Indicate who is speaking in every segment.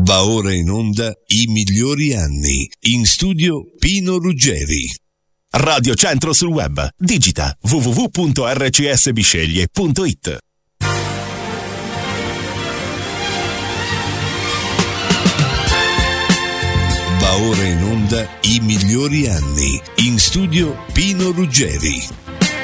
Speaker 1: Va ora in onda I migliori anni. In studio Pino Ruggeri.
Speaker 2: Radio Centro sul web. Digita www.rcsbisceglie.it.
Speaker 1: Va ora in onda I migliori anni. In studio Pino Ruggeri.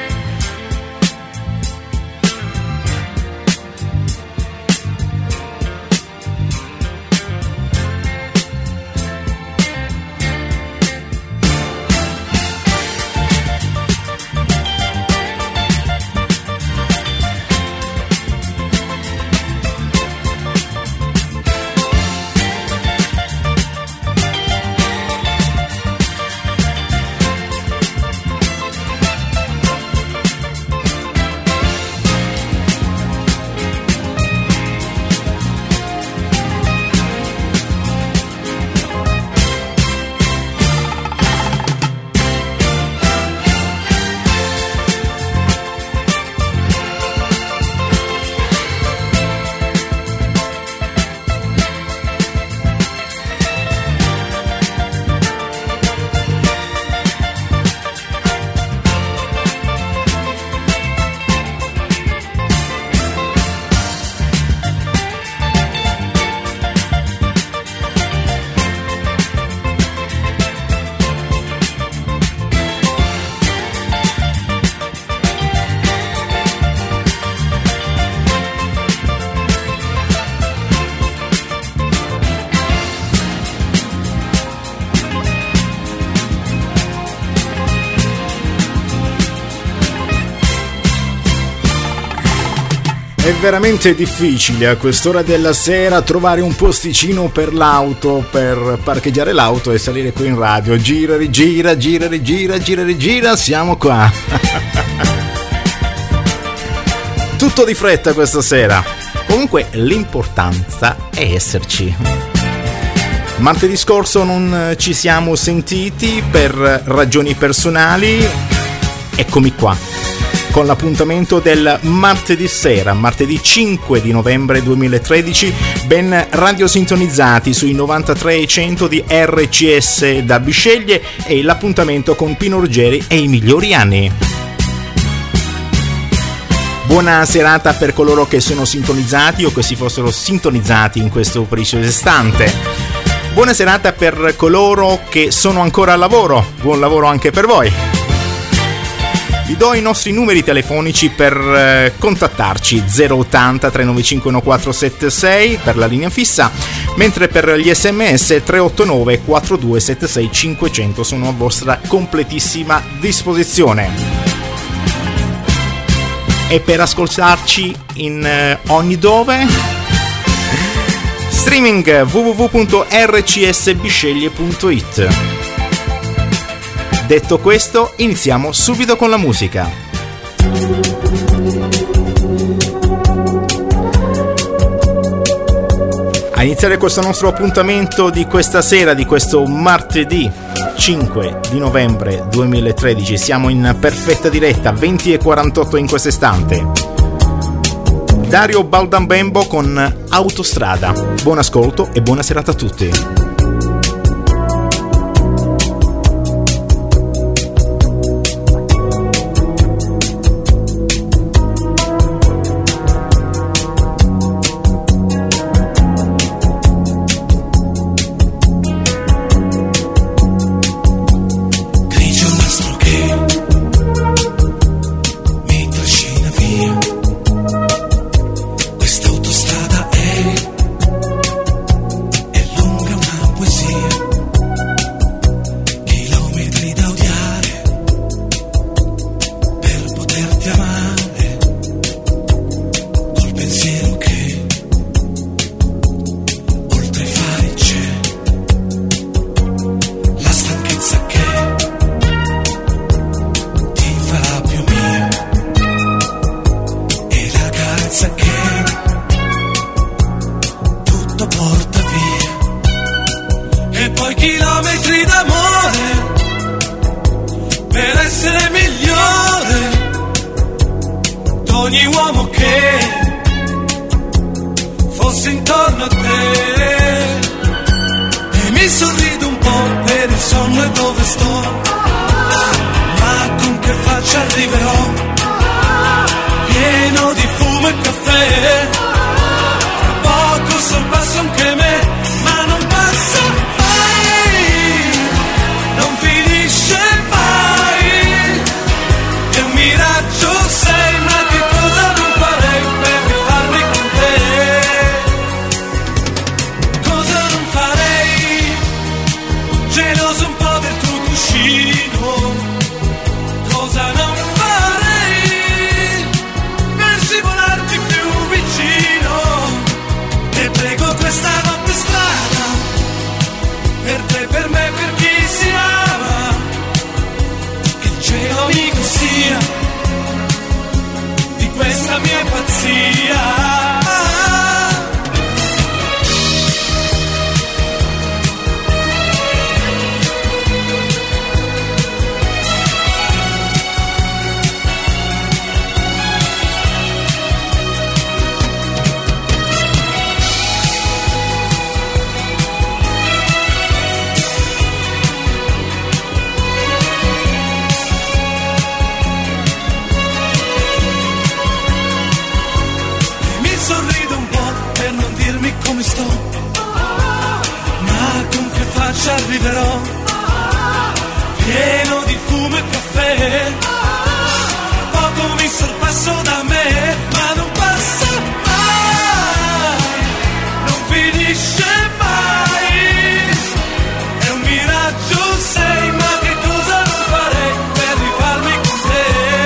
Speaker 3: È veramente difficile a quest'ora della sera trovare un posticino per l'auto, per parcheggiare l'auto e salire qui in radio. Gira, rigira, gira, rigira, gira, rigira, siamo qua. Tutto di fretta questa sera. Comunque l'importanza è esserci. Martedì scorso non ci siamo sentiti per ragioni personali. Eccomi qua con l'appuntamento del martedì sera, martedì 5 di novembre 2013, ben radiosintonizzati sui 93.100 di RCS da Bisceglie, e l'appuntamento con Pino Ruggeri e i migliori anni. Buona serata per coloro che sono sintonizzati o che si fossero sintonizzati in questo preciso istante. Buona serata per coloro che sono ancora al lavoro, buon lavoro anche per voi. Vi do i nostri numeri telefonici per contattarci: 080 395 1476 per la linea fissa, mentre per gli sms 389 4276 500 sono a vostra completissima disposizione. E per ascoltarci in ogni dove, streaming www.rcsbisceglie.it. Detto questo, iniziamo subito con la musica. A iniziare questo nostro appuntamento di questa sera, di questo martedì 5 di novembre 2013, siamo in perfetta diretta, 20:48 in questo istante. Dario Baldambembo con Autostrada. Buon ascolto e buona serata a tutti.
Speaker 4: ogni uomo che fosse intorno a te. mi sorrido un po' per il sonno e dove sto, ma con che faccia arriverò, pieno di fumo e caffè, tra poco sorpasso anche me, ma non passa mai, non finisce mai, è un miraggio sei, ma che cosa non farei per rifarmi con te, cosa non farei, geloso un po' del tuo cuscino, cosa non farei per scivolarti più vicino, e prego questa notte strana, per te, per me, per chi si ama, che il cielo amico sia di questa mia pazzia. Sorrido un po' per non dirmi come sto, ma con che faccia arriverò, pieno di fumo e caffè, poco mi sorpasso da me, ma non passa mai, non finisce mai, è un miraggio sei, ma che cosa non farei per rifarmi con te,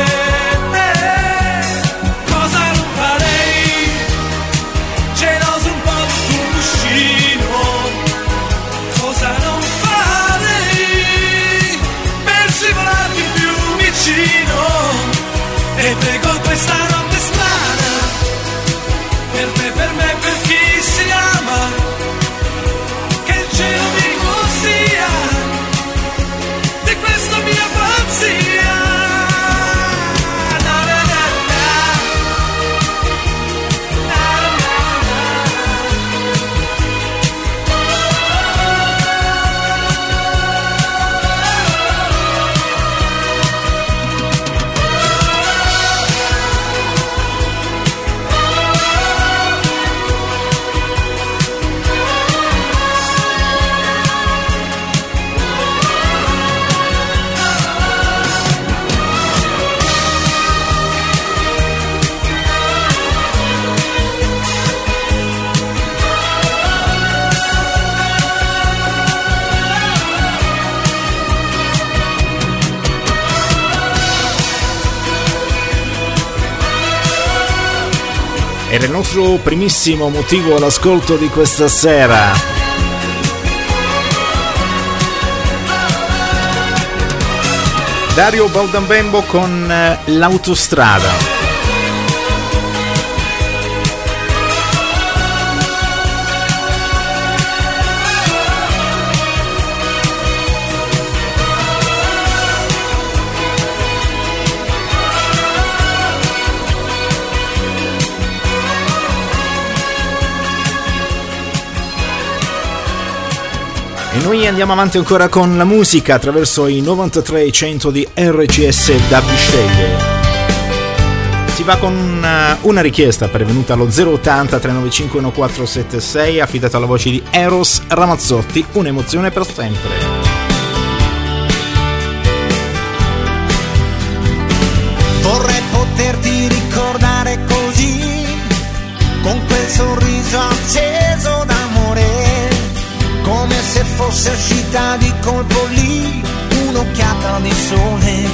Speaker 4: cosa non farei, geloso un po' del tuo cuscino, cosa non farei per scivolarti più vicino, e prego questa notte strana, per te, per me, per chi si ama, che il cielo amico sia di questa mia pazzia. Na, na, na, na.
Speaker 3: Era il nostro primissimo motivo all'ascolto di questa sera. Dario Baldambembo con l'autostrada. E noi andiamo avanti ancora con la musica attraverso i 93.100 di RCS da Bisceglie. Si va con una richiesta pervenuta allo 080 395 1476, affidata alla voce di Eros Ramazzotti, un'emozione per sempre.
Speaker 5: Vorrei poterti ricordare così, con quel sorriso acceso d'amore, come se fosse uscita di colpo lì un'occhiata di sole.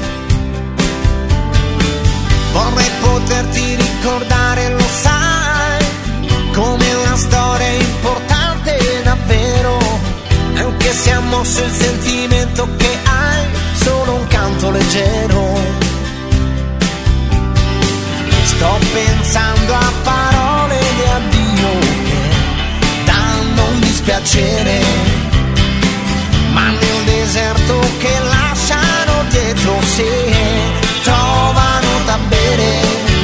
Speaker 5: Vorrei poterti ricordare, lo sai, come una storia importante davvero, anche se ha mosso il sentimento che hai, solo un canto leggero. Sto pensando a parole di addio che danno un dispiacere, ma nel deserto che lasciano dietro sé trovano da bere.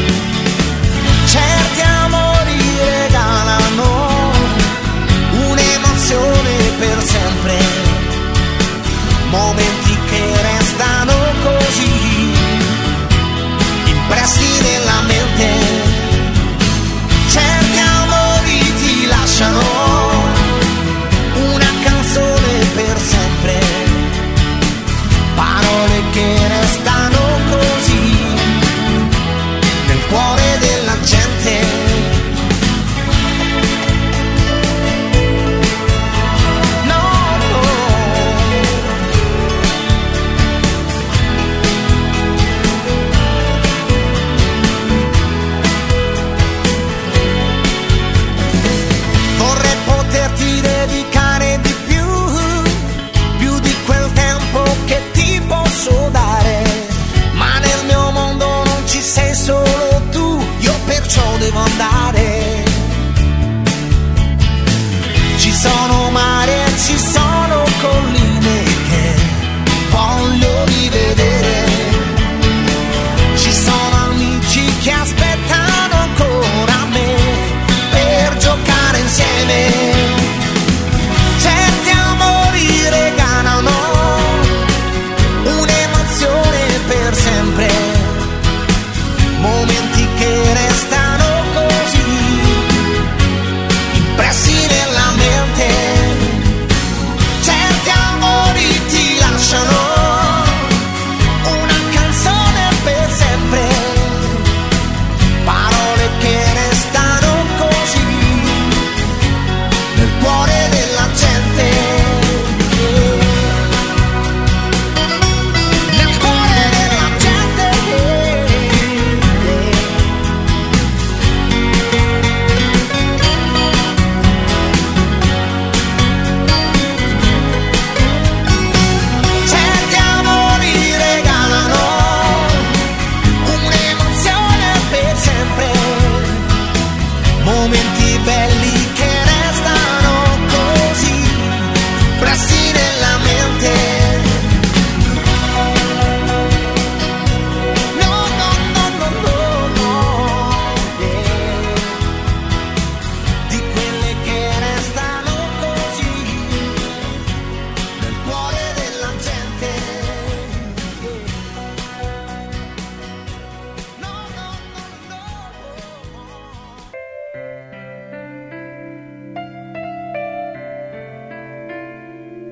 Speaker 5: Certi amori regalano un'emozione per sempre.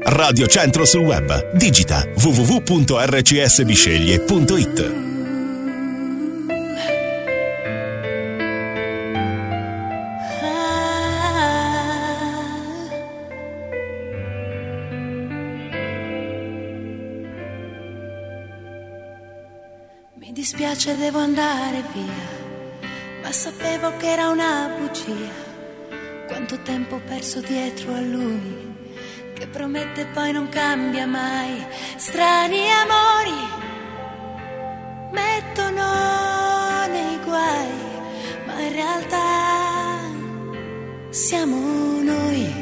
Speaker 2: Radio Centro sul web. Digita www.rcsbisceglie.it.
Speaker 6: Mi dispiace, devo andare via, ma sapevo che era una bugia. Quanto tempo ho perso dietro a lui, che promette e poi non cambia mai. Strani amori mettono nei guai, ma in realtà siamo noi.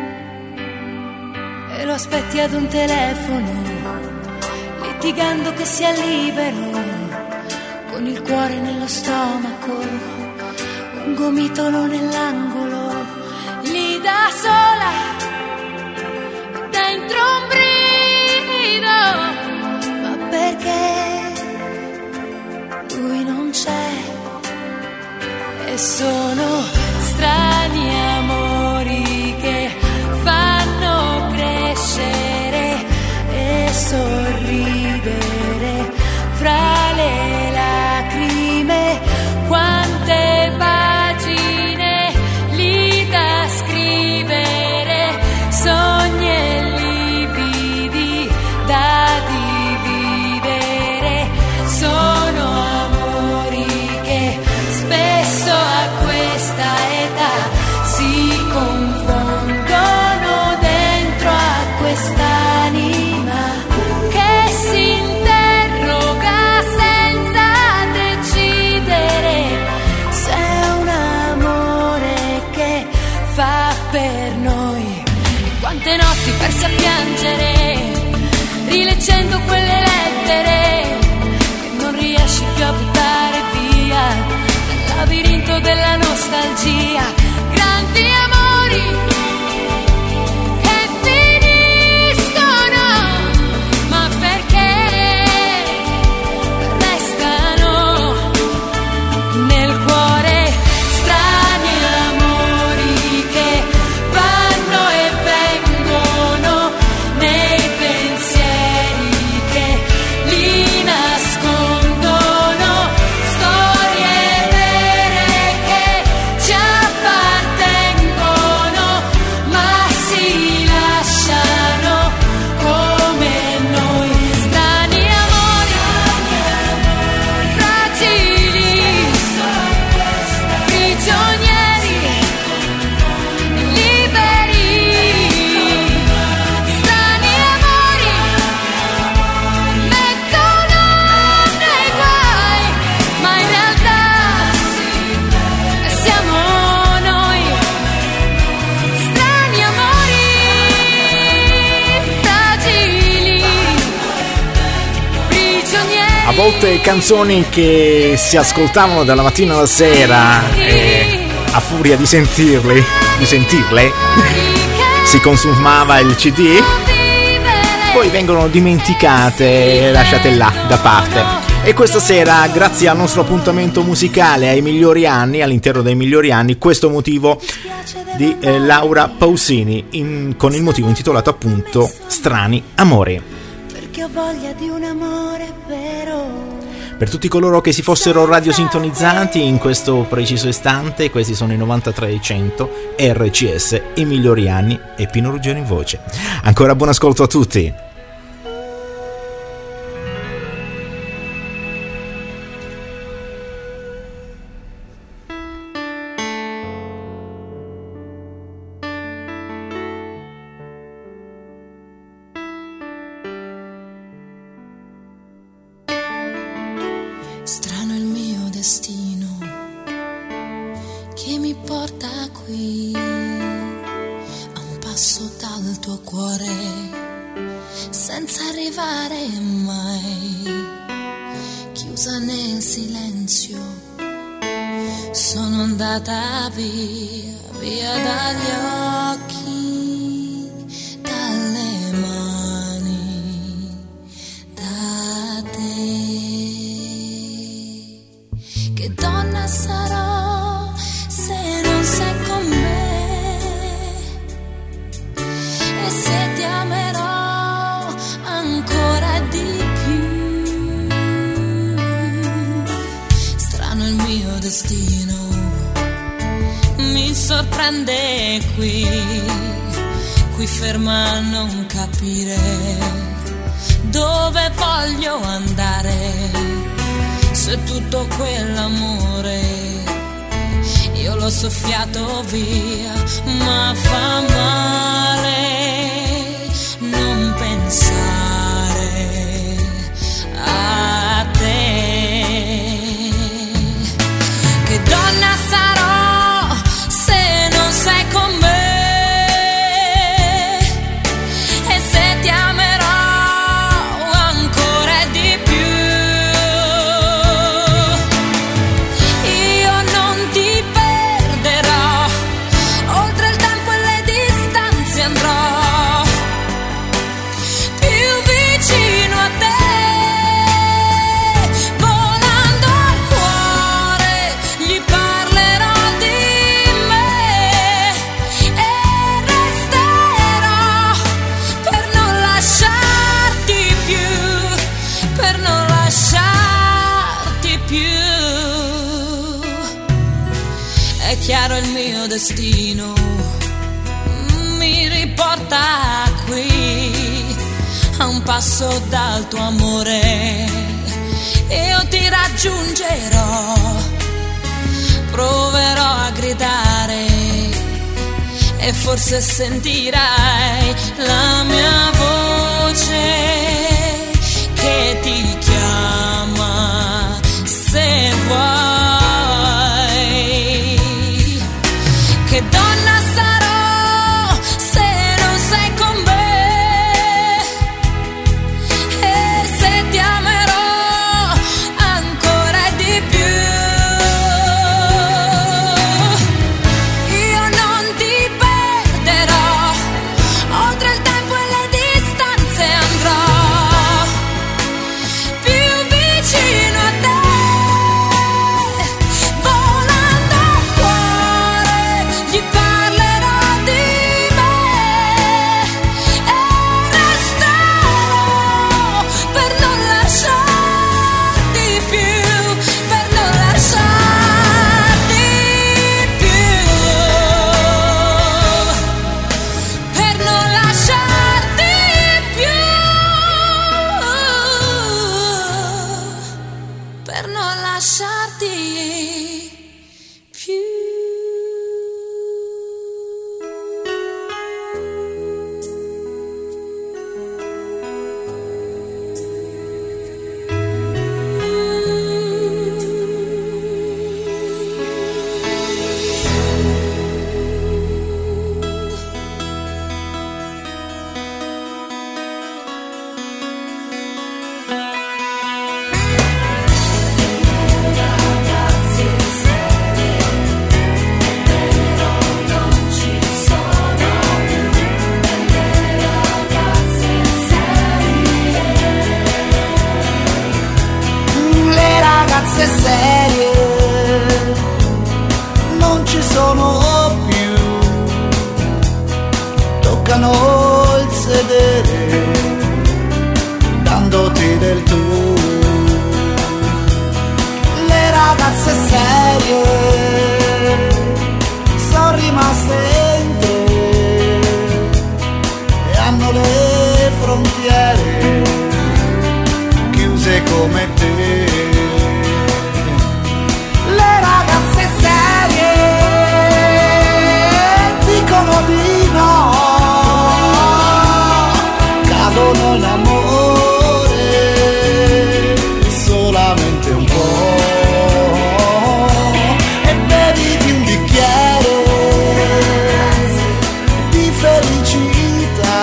Speaker 6: E lo aspetti ad un telefono, litigando che sia libero, con il cuore nello stomaco, un gomitolo nell'angolo, lì da sola, dentro un brivido, ma perché lui non c'è? E sono strani amori che fanno crescere e sorridere fra le lacrime. Quante pagine lì da scrivere, sogni e lividi da dividere. Sono amori che spesso a questa età si confondono dentro a quest'anima che si interroga senza decidere se è un amore che fa per noi. Quante notti perse a piangere, rileggendo quelle lettere che non riesci più a buttare via, nel labirinto della nostalgia. Grandi amori che finiscono, ma perché restano nel cuore. Strani amori che vanno e vengono nei pensieri che li nascondono. Storie vere che ci appartengono, ma si lasciano come noi. Strani amori, fragili, prigionieri, liberi. Strani amori mettono nei guai, ma in realtà siamo noi. Strani amori, fragili, prigionieri.
Speaker 3: A volte canzoni che si ascoltavano dalla mattina alla sera e a furia di sentirle, si consumava il CD, poi vengono dimenticate e lasciate là da parte. E questa sera, grazie al nostro appuntamento musicale ai migliori anni, all'interno dei migliori anni, questo motivo di Laura Pausini, con il motivo intitolato appunto Strani amori.
Speaker 6: Perché ho voglia di un amore vero.
Speaker 3: Per tutti coloro che si fossero radiosintonizzati in questo preciso istante, questi sono i 9300 RCS, i migliori anni, e Pino Ruggero in voce. Ancora buon ascolto a tutti.
Speaker 6: Strano il mio destino che mi porta qui, a un passo dal tuo cuore, senza arrivare mai. Chiusa nel silenzio, sono andata via, via dagli occhi, dalle mani, da te. Che donna sarò se non sei con me, e se ti amerò
Speaker 7: sorprende qui ferma a non capire dove voglio andare, se tutto quell'amore io l'ho soffiato via, ma fa male non pensare a te. Che donna sarò se non sei con me? Chiaro il mio destino mi riporta qui, a un passo dal tuo amore io ti raggiungerò, proverò a gridare e forse sentirai la mia voce che ti chiama se vuoi. Che donna sarò se non sei con me, e se ti amerò ancora di più. Io non ti perderò, oltre il tempo e le distanze andrò più vicino a te.
Speaker 8: Il sedere dandoti del tu, le ragazze serie sono rimaste in te e hanno le frontiere chiuse come te. Le ragazze serie dicono di no, cadono in amore solamente un po', e beviti un bicchiere di felicità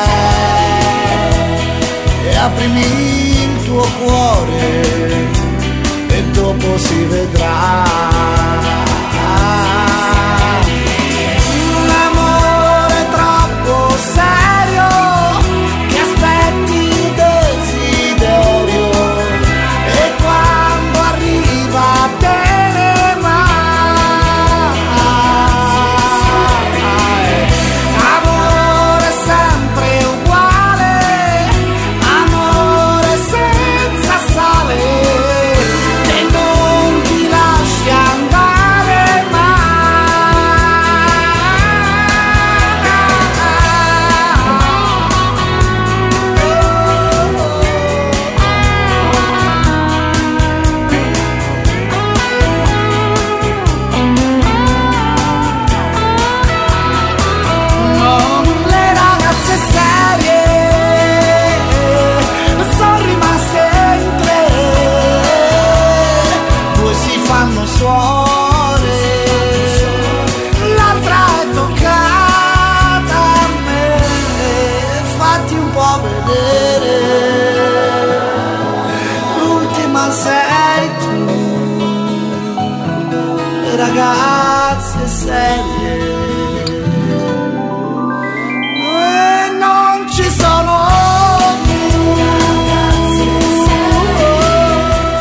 Speaker 8: e aprimi il tuo cuore e dopo si vedrà. Un amore troppo serio che aspetti desiderio, e quando arriva te ne vai. Amore sempre uguale, amore senza sale, che non ti lascia andare mai.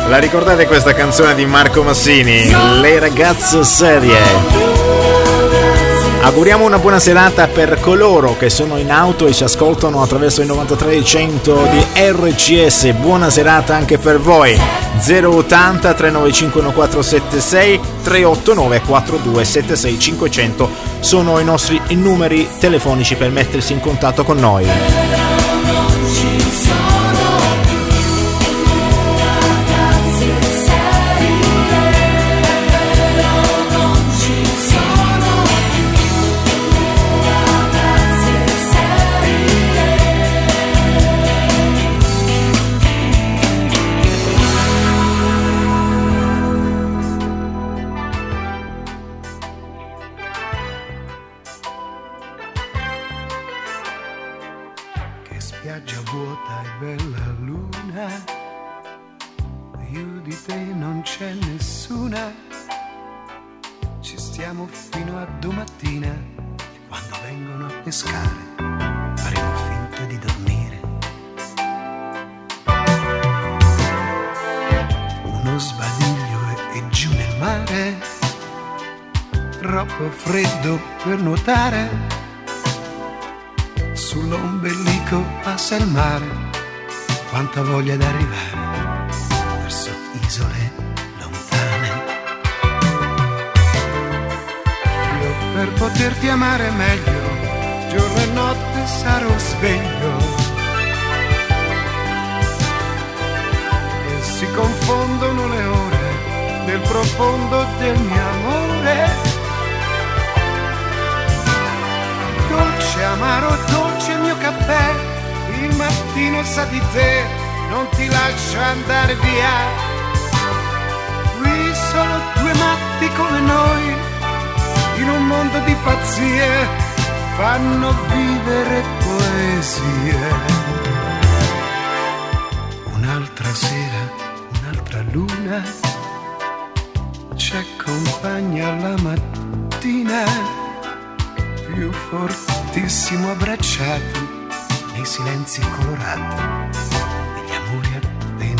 Speaker 3: La ricordate questa canzone di Marco Massini? Le ragazze serie. Auguriamo una buona serata per coloro che sono in auto e ci ascoltano attraverso il 93.100 di RCS. Buona serata anche per voi. 080 395 1476 389 4276 500 sono i nostri numeri telefonici per mettersi in contatto con noi.
Speaker 9: Spiaggia vuota e bella luna, io di te non c'è nessuna, ci stiamo fino a domattina e quando vengono a pescare faremo finta di dormire. Uno sbadiglio e giù nel mare, troppo freddo per nuotare. Sull'ombelico passa il mare, quanta voglia d'arrivare verso isole lontane. Io per poterti amare meglio, giorno e notte sarò sveglio. E si confondono le ore nel profondo del mio amore. Dolce, amaro, dolce il mio caffè, il mattino sa di te, non ti lascio andare via. Qui solo due matti come noi, in un mondo di pazzie, fanno vivere poesie. Un'altra sera, un'altra luna, ci accompagna la mattina. Più fortissimo abbracciati nei silenzi colorati degli amori appena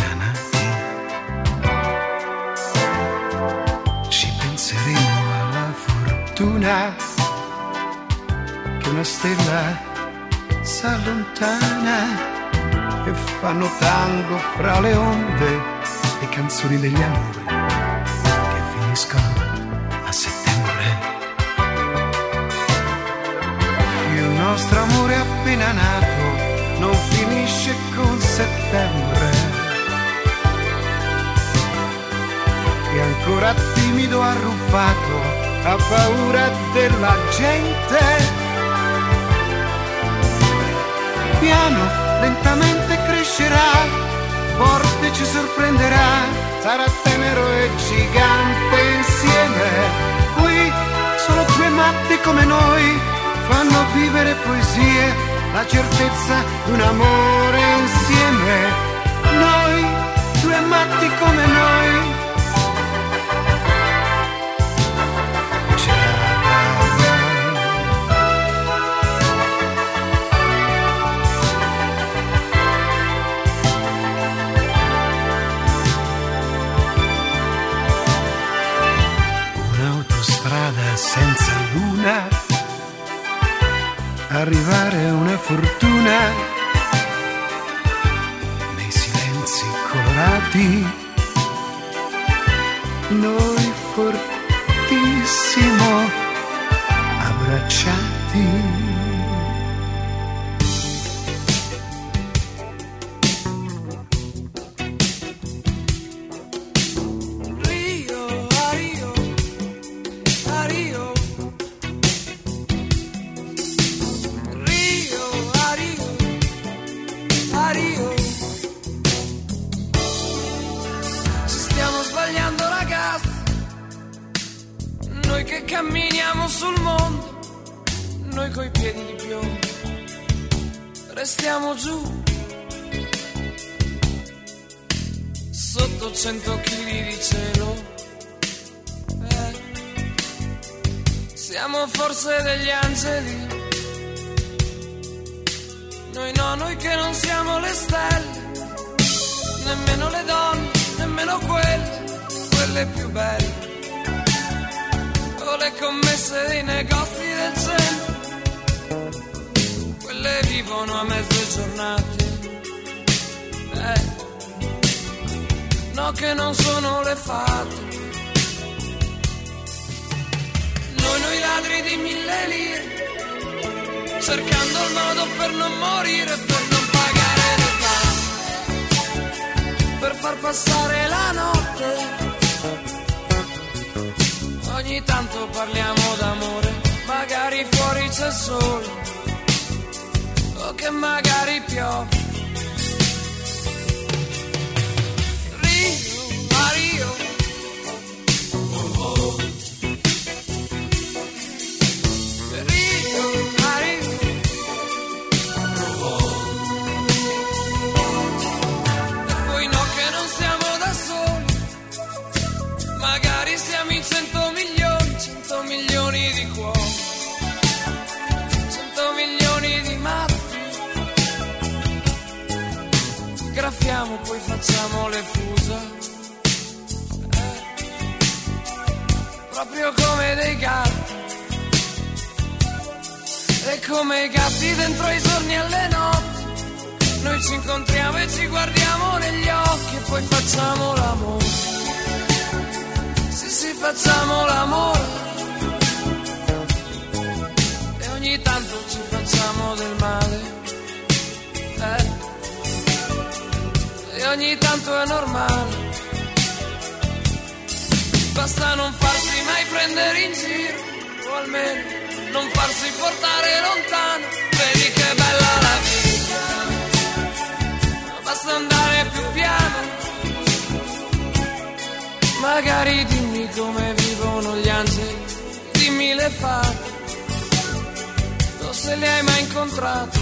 Speaker 9: nati. Ci penseremo alla fortuna che una stella s'allontana e fanno tango fra le onde e canzoni degli amori che finiscono a settembre. Il nostro amore appena nato non finisce con settembre. E ancora timido, arruffato, ha paura della gente. Piano, lentamente crescerà, forte ci sorprenderà, sarà tenero e gigante insieme. Qui solo due matti come noi fanno vivere poesie, la certezza di un amore insieme. Noi, due matti come noi. Un'autostrada senza luna, arrivare una fortuna nei silenzi colorati, noi fortissimo abbracciati.
Speaker 4: Camminiamo sul mondo, noi coi piedi di piombo, restiamo giù, sotto 100 chili di cielo. Siamo forse degli angeli, noi no, noi che non siamo le stelle, nemmeno le donne, nemmeno nemmeno quelle più belle, o le commesse dei negozi del centro, quelle vivono a mezze giornate. No, che non sono le fate. Noi ladri di 1000 lire, cercando il modo per non morire, per non pagare le tasse, per far passare la notte. Ogni tanto parliamo d'amore, magari fuori c'è sole, o che magari piove. Rio, magari siamo in 100 milioni di cuori, 100 milioni di matti. Graffiamo, poi facciamo le fusa, proprio come dei gatti, e come i gatti dentro i giorni e alle notti. Noi ci incontriamo e ci guardiamo negli occhi e poi facciamo l'amore. Sì, facciamo l'amore, e ogni tanto ci facciamo del male, e ogni tanto è normale. Basta non farsi mai prendere in giro, o almeno non farsi portare lontano. Vedi che bella la vita, basta andare più piano. Magari dimmi come vivono gli angeli, dimmi le fate, o se li hai mai incontrati.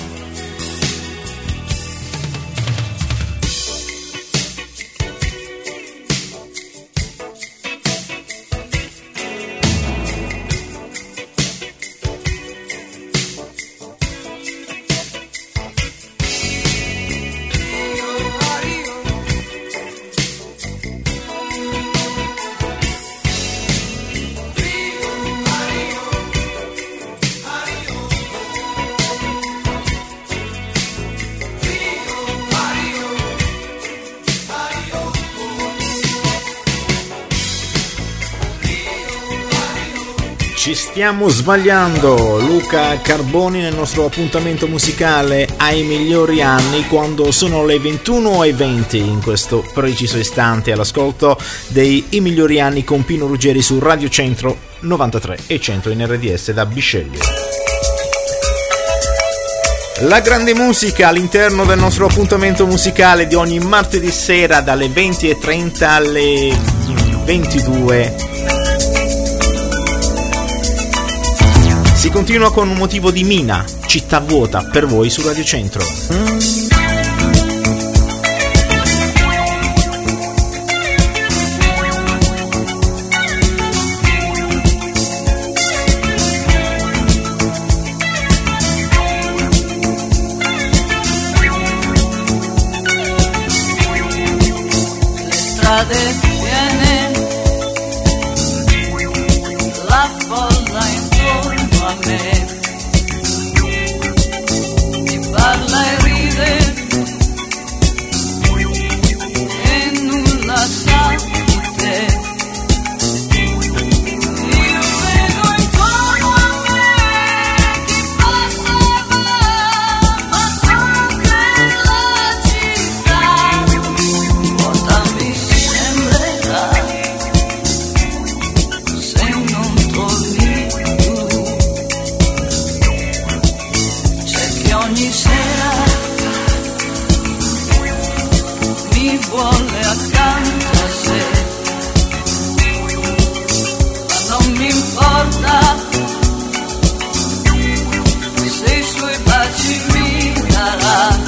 Speaker 3: Ci stiamo sbagliando, Luca Carboni nel nostro appuntamento musicale ai migliori anni, quando sono le 21:20 in questo preciso istante, all'ascolto dei I migliori anni con Pino Ruggeri su Radio Centro 93 e 100 in RDS da Bisceglie. La grande musica all'interno del nostro appuntamento musicale di ogni martedì sera dalle 20:30 alle 22. Si continua con un motivo di Mina, Città vuota, per voi su Radio Centro.
Speaker 10: Le strade piene, la folla intorno a me, mi parla e ride e nulla sa di te. Io vedo intorno a me chi passa e va, ma so che la città vuota mi sembrerà se non torni tu. C'è chi ogni sera mi vuole accanto a sé, ma non mi importa se i suoi baci mi darà.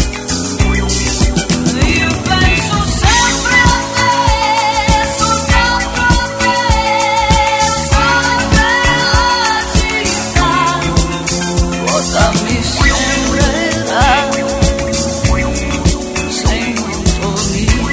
Speaker 10: Io penso sempre a te, soltanto a te, so che la città vuota mi sembrerà se non torni tu.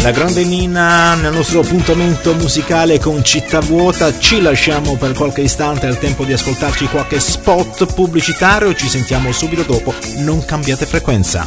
Speaker 3: La grande Nina nel nostro appuntamento musicale con Città Vuota. Ci lasciamo per qualche istante al tempo di ascoltarci qualche spot pubblicitario. Ci sentiamo subito dopo, non cambiate frequenza.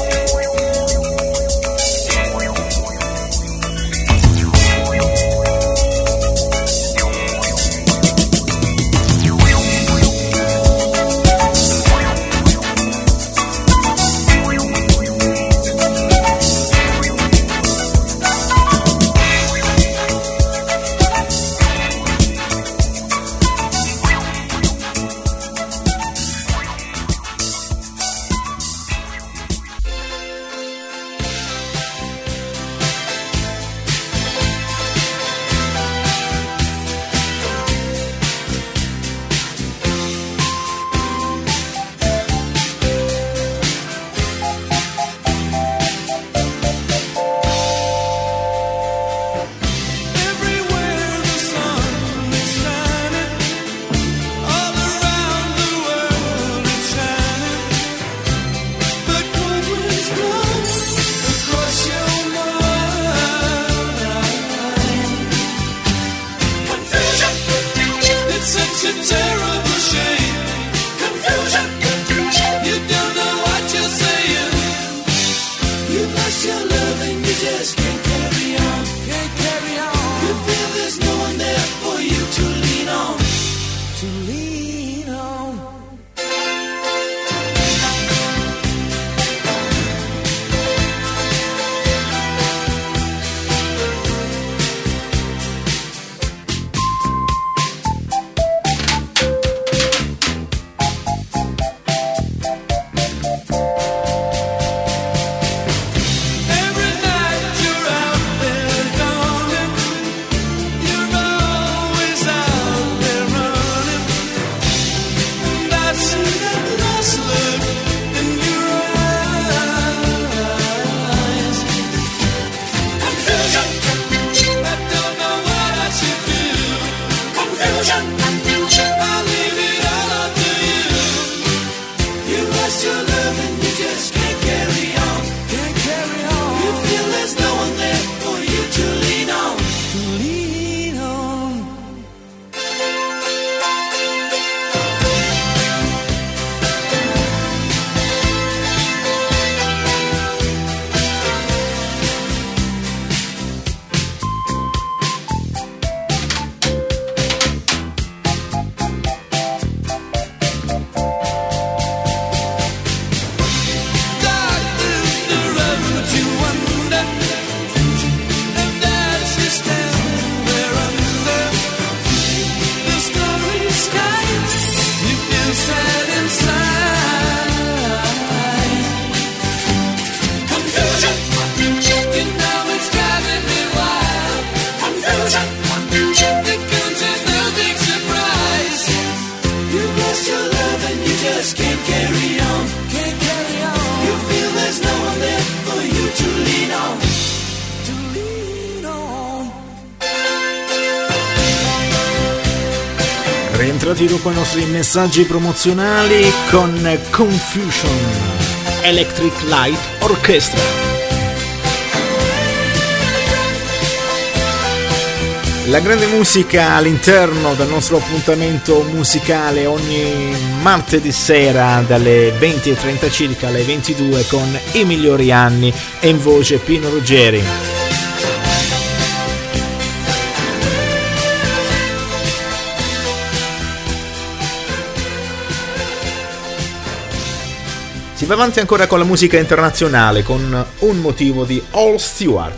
Speaker 3: Rientrati dopo i nostri messaggi promozionali con Confusion Electric Light Orchestra. La grande musica all'interno del nostro appuntamento musicale ogni martedì sera dalle 20:30 circa alle 22 con i migliori anni e in voce Pino Ruggeri. Si va avanti ancora con la musica internazionale con Un motivo di Al Stewart.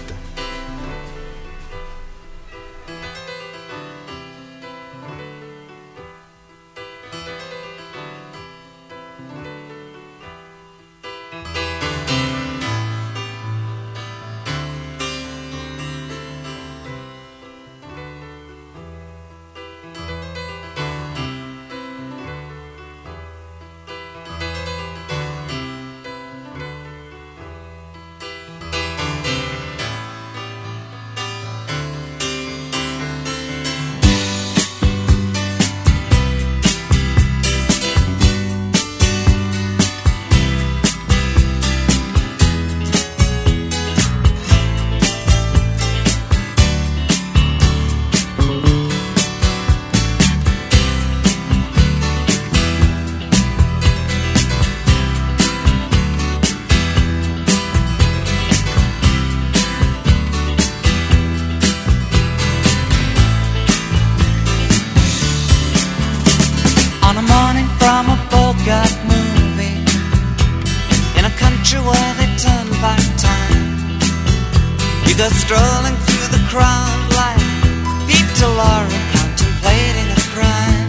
Speaker 11: part-time. You go strolling through the crowd like Peter Laura contemplating a crime.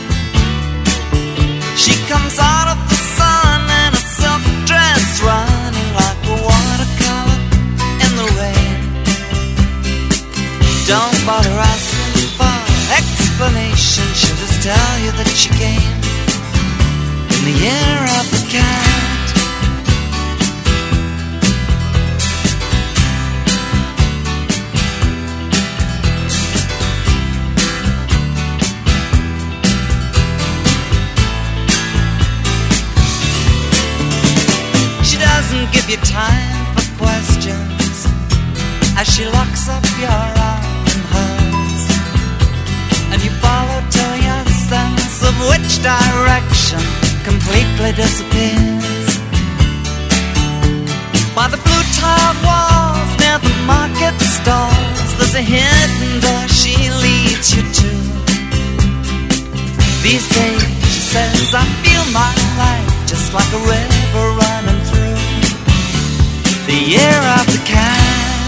Speaker 11: She comes out of the sun in a silk dress, running like a watercolor in the rain. Don't bother asking for explanation, she'll just tell you that she came in the year of the cat. She doesn't give you time for questions as she locks up your arm in hers, and you follow till your sense of which direction completely disappears. By the blue tiled walls near the market stalls, there's a hidden door she leads you to. These days, she says, I feel my life just like a river running through the year of the cat.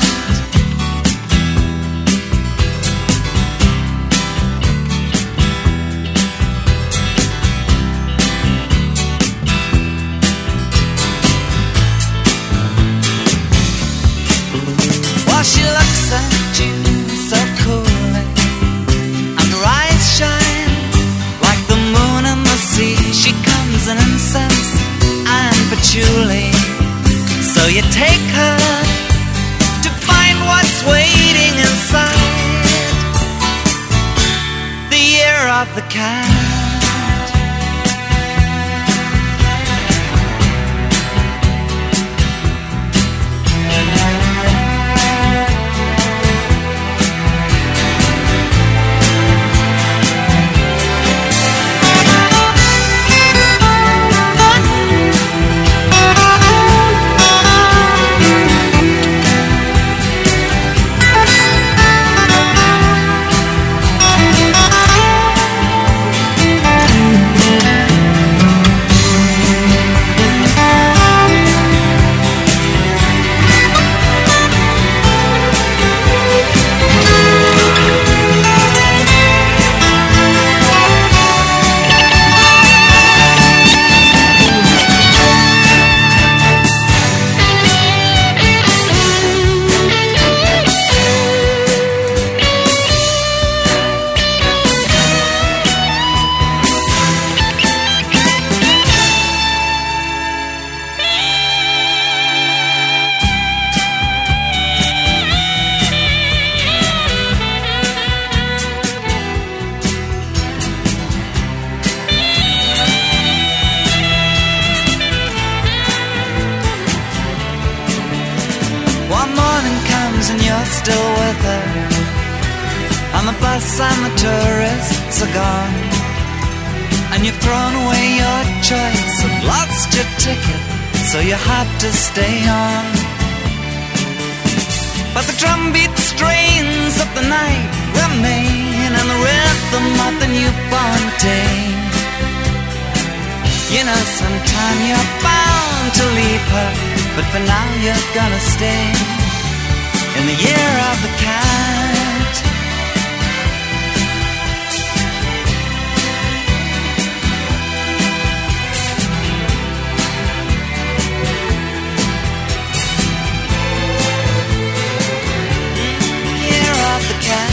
Speaker 11: She looks at you so coolly, and her eyes shine like the moon and the sea. She comes in incense and patchouli, so you take her to find what's waiting inside the year of the cat. Still with her, and the bus and the tourists are gone, and you've thrown away your choice and lost your ticket, so you have to stay on. But the drumbeat strains of the night remain, and the rhythm of the newborn day. You know sometime you're bound to leave her, but for now you're gonna stay in the year of the cat. Year of the cat.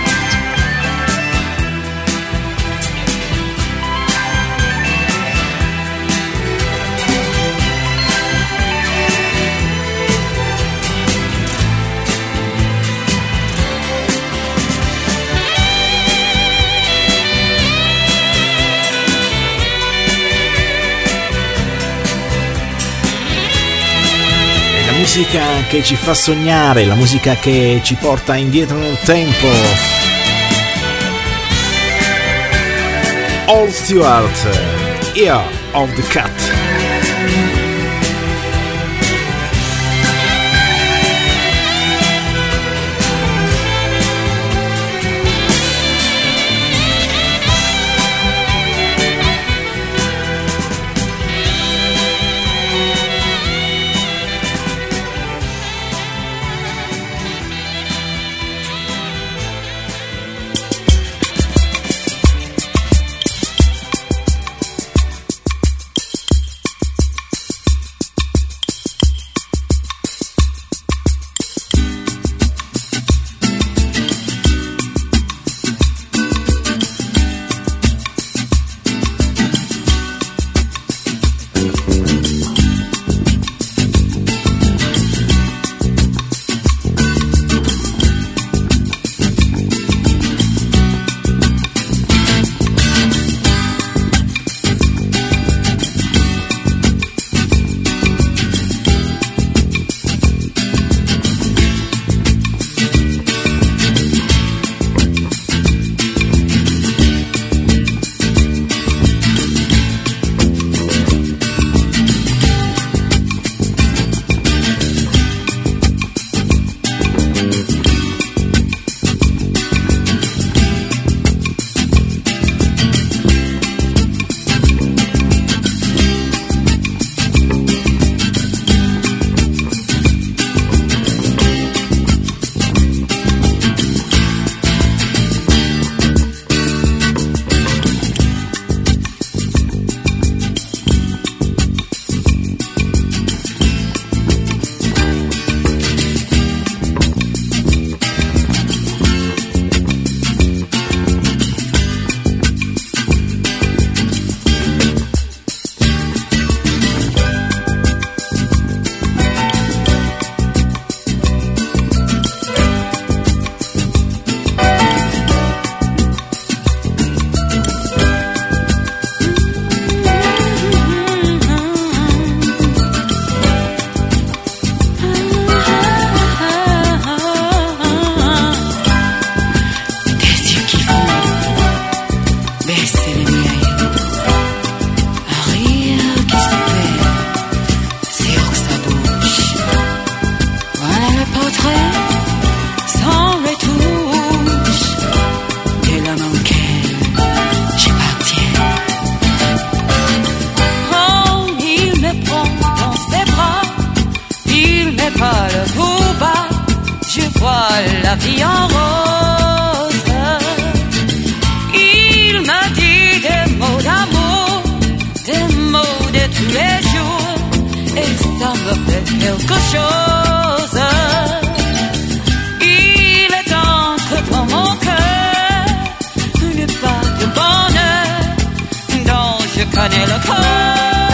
Speaker 3: La musica che ci fa sognare, la musica che ci porta indietro nel tempo. All Stewart, Year of the Cat.
Speaker 7: vie en rose. Il me dit des mots d'amour, des mots de tous les jours, et ça me fait quelque chose. Il est entre dans mon cœur une part de bonheur dont je connais le cœur.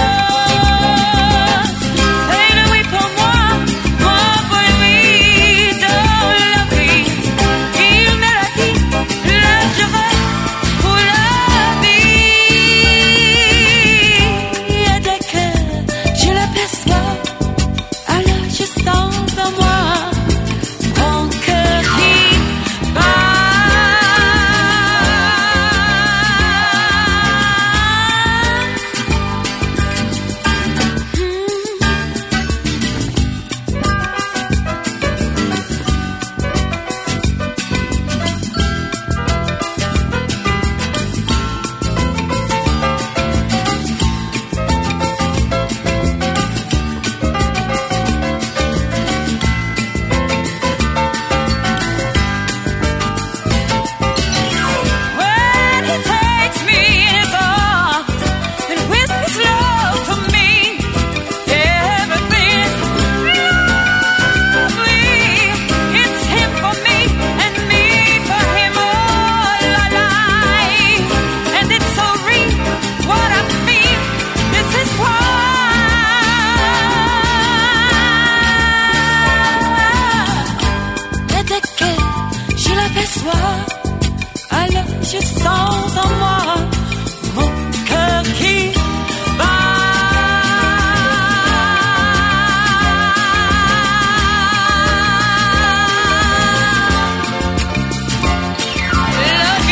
Speaker 7: Alors je sens en moi mon cœur qui bat. La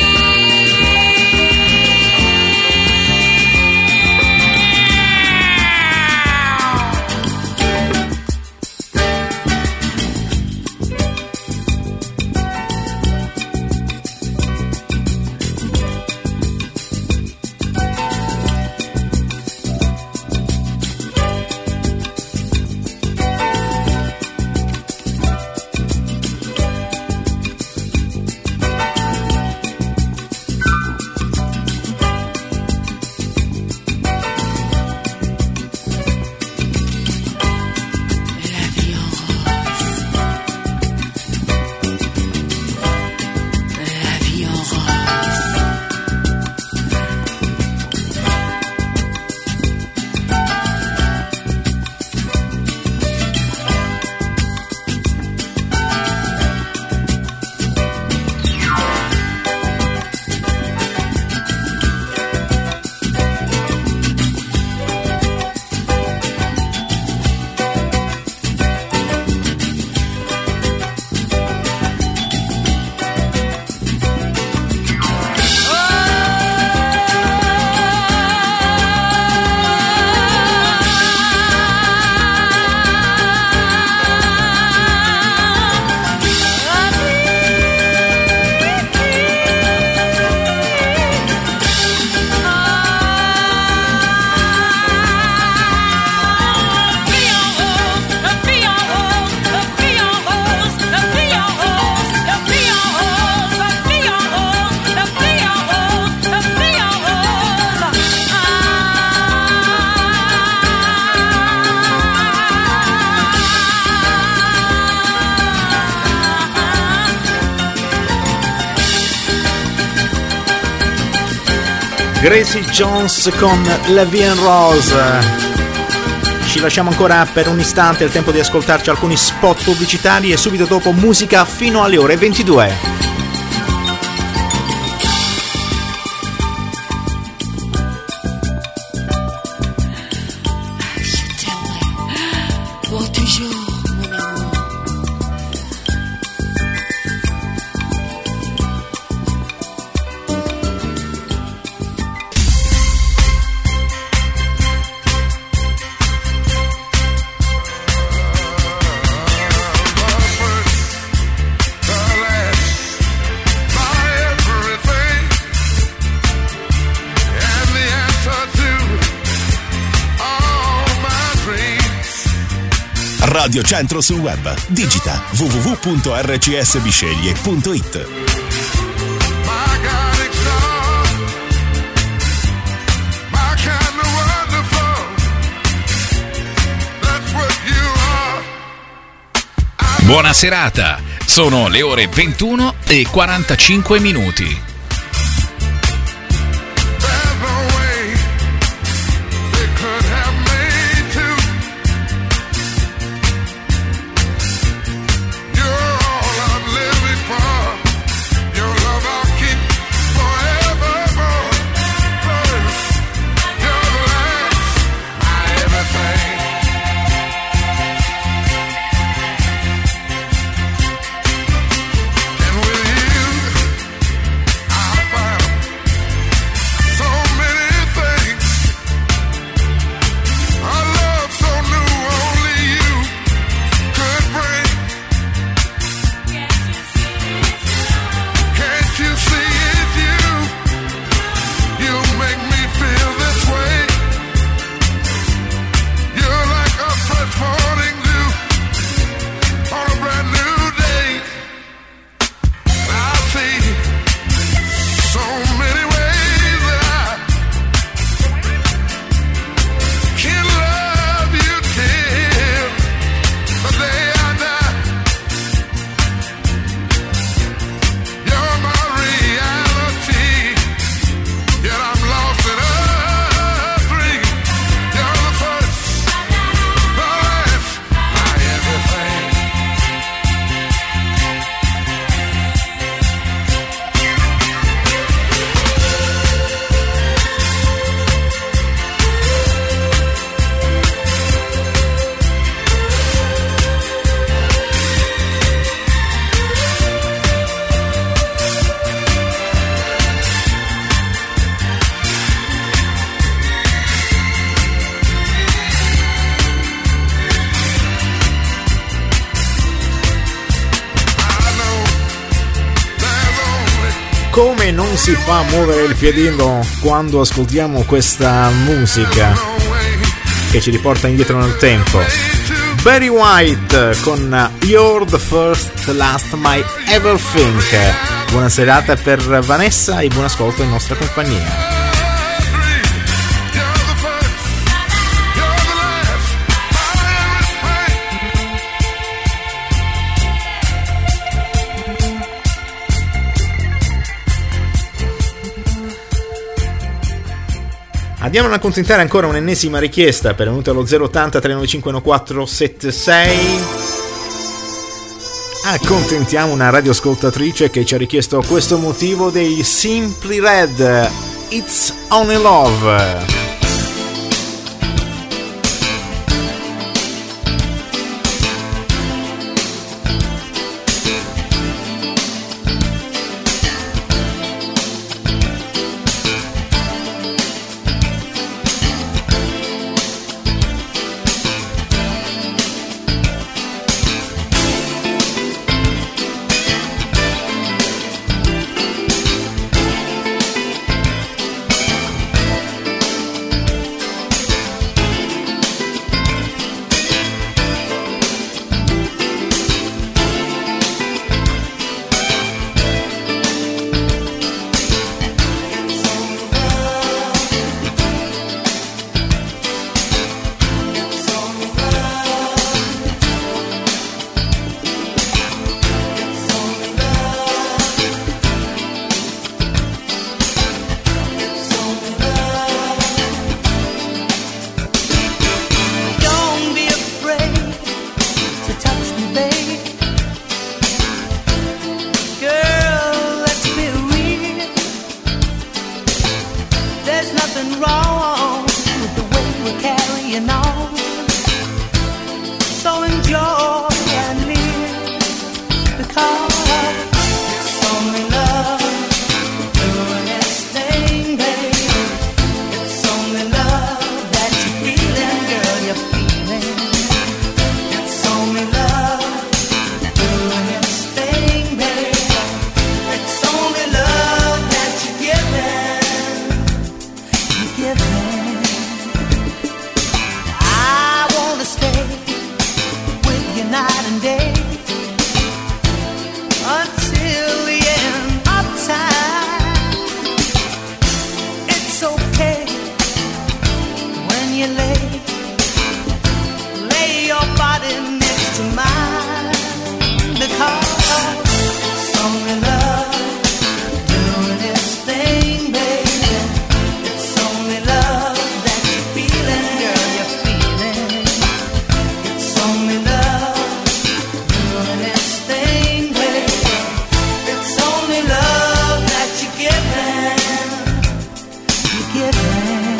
Speaker 3: Gracie Jones con La Vie en Rose. Ci lasciamo ancora per un istante, il tempo di ascoltarci alcuni spot pubblicitari e subito dopo musica fino alle ore 22.
Speaker 2: Radio Centro sul web. Digita www.rcsbisceglie.it.
Speaker 12: Buona serata, sono le ore 21:45.
Speaker 3: Come non si fa muovere il piedino quando ascoltiamo questa musica che ci riporta indietro nel tempo? Barry White con You're the First, Last, My Everything. Buona serata per Vanessa e buon ascolto in nostra compagnia. Andiamo ad accontentare ancora un'ennesima richiesta pervenuta allo 080 395 1476. Accontentiamo una radioascoltatrice che ci ha richiesto questo motivo dei Simply Red, It's Only Love.
Speaker 11: giving.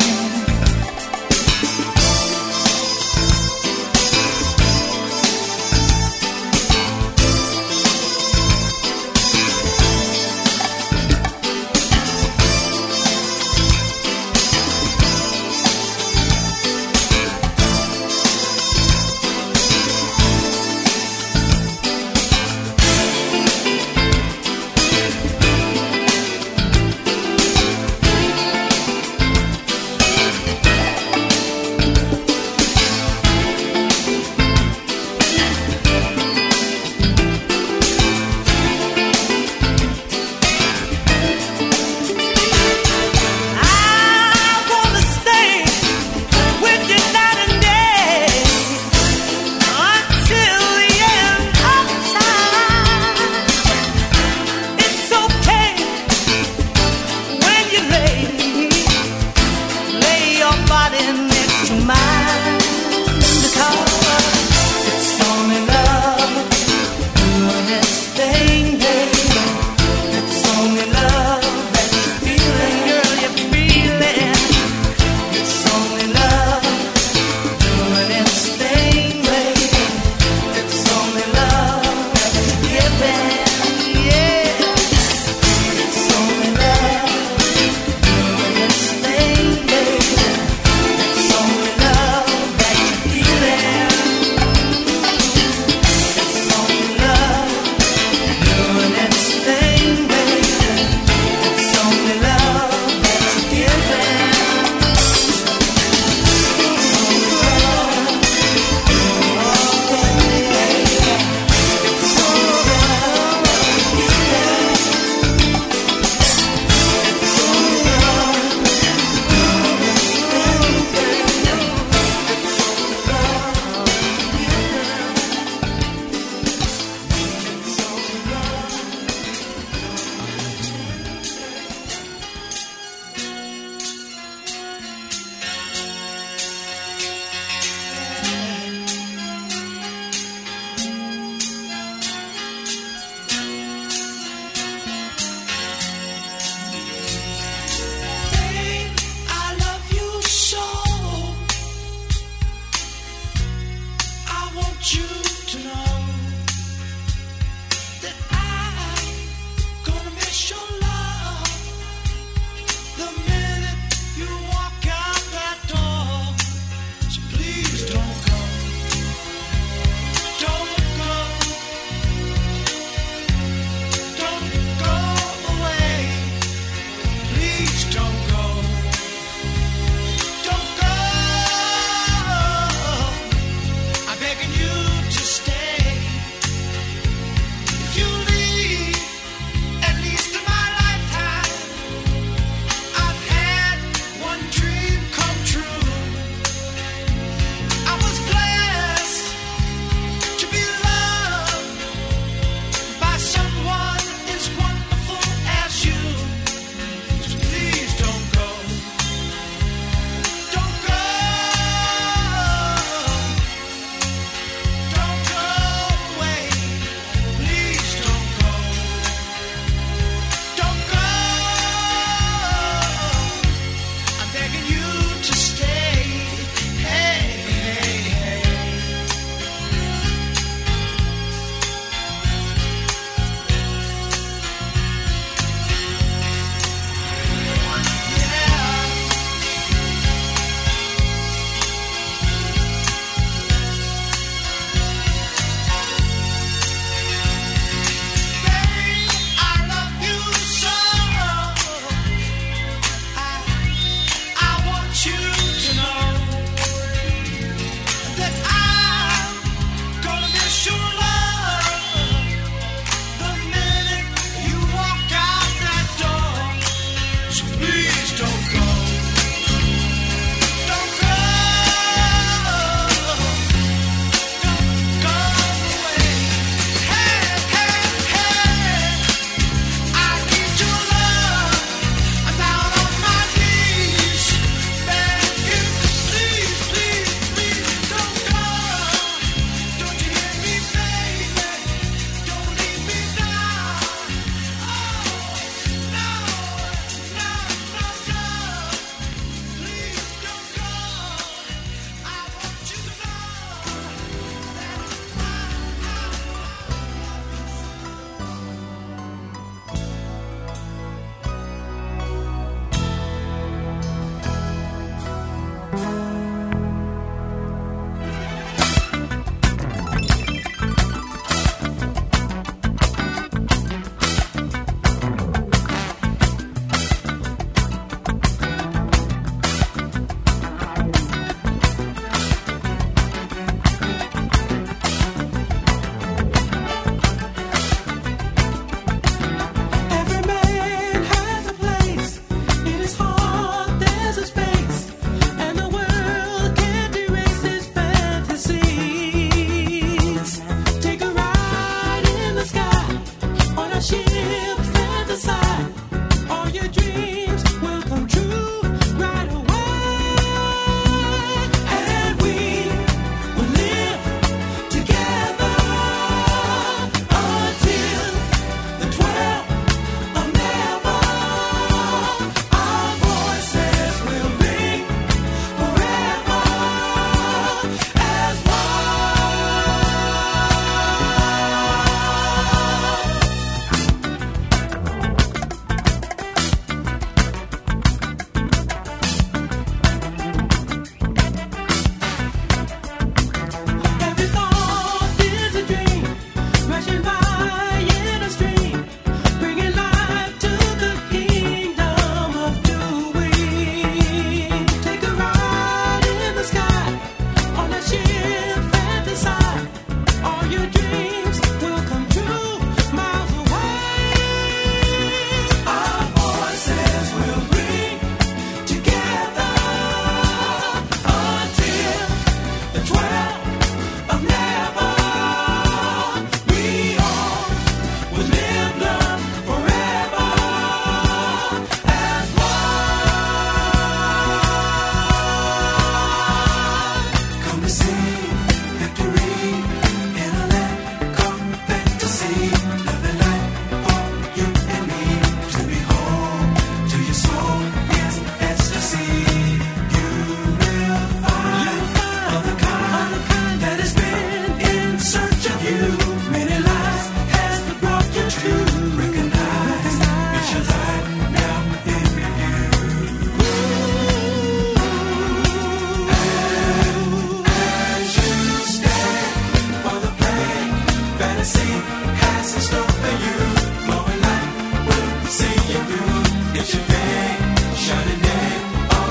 Speaker 8: It's only love.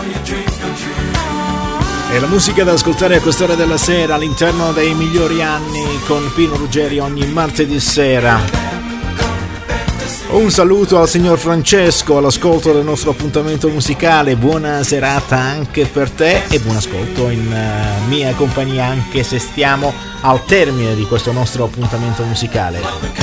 Speaker 3: E la musica da ascoltare a quest'ora della sera all'interno dei migliori anni con Pino Ruggeri ogni martedì sera. Un saluto al signor Francesco all'ascolto del nostro appuntamento musicale. Buona serata anche per te e buon ascolto in mia compagnia, anche se stiamo al termine di questo nostro appuntamento musicale.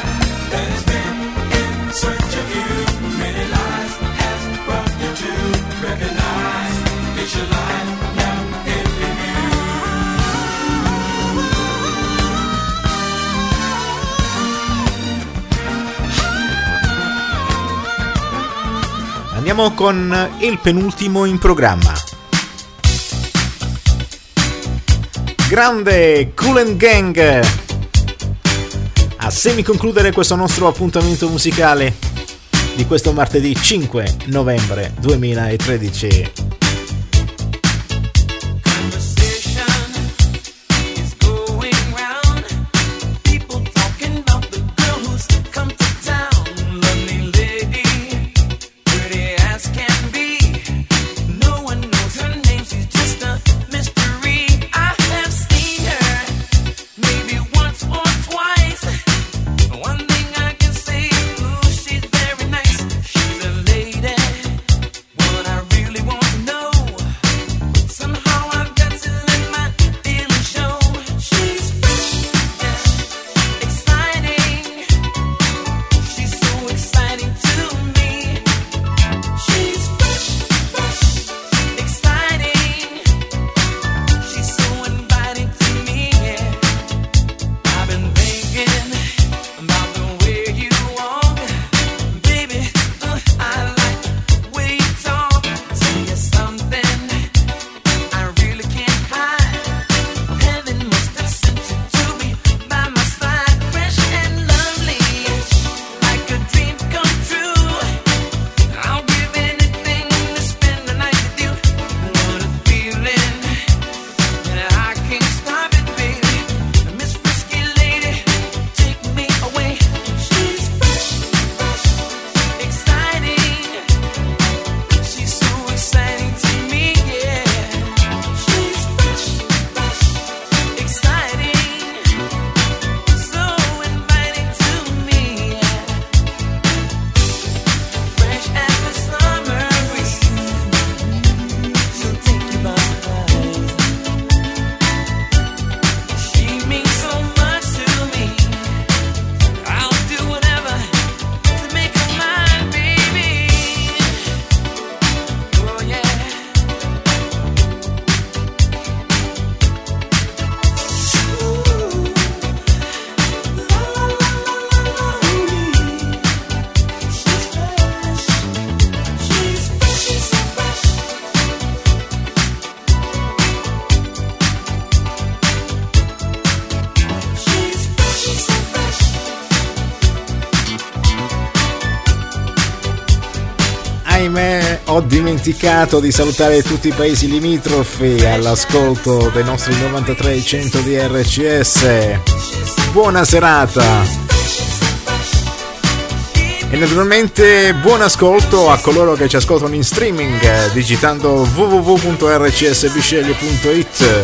Speaker 3: Andiamo con il penultimo in programma. Grande Kool and Gang a semiconcludere questo nostro appuntamento musicale di questo martedì 5 novembre 2013. Ho dimenticato di salutare tutti i paesi limitrofi all'ascolto dei nostri 93.100 di RCS. Buona serata e naturalmente buon ascolto a coloro che ci ascoltano in streaming digitando www.rcsbisceglie.it.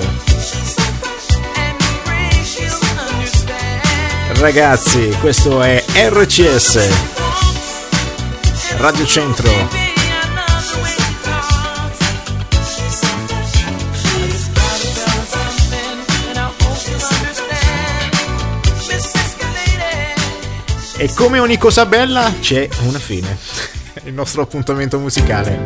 Speaker 3: Ragazzi, questo è RCS Radio Centro. E come ogni cosa bella c'è una fine. Il nostro appuntamento musicale.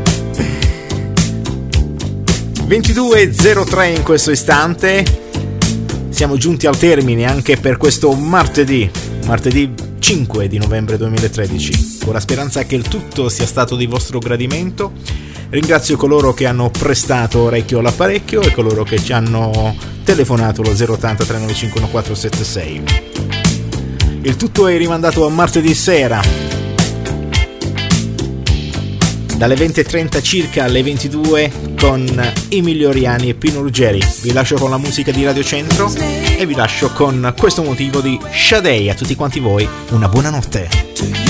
Speaker 3: 22:03 in questo istante. Siamo giunti al termine anche per questo martedì 5 di novembre 2013. Con la speranza che il tutto sia stato di vostro gradimento. Ringrazio coloro che hanno prestato orecchio all'apparecchio e coloro che ci hanno telefonato allo 080 395 1476. Il tutto è rimandato a martedì sera dalle 20:30 circa alle 22 con i migliori anni e Pino Ruggeri. Vi lascio con la musica di Radio Centro e vi lascio con questo motivo di Sade. A tutti quanti voi una buona notte.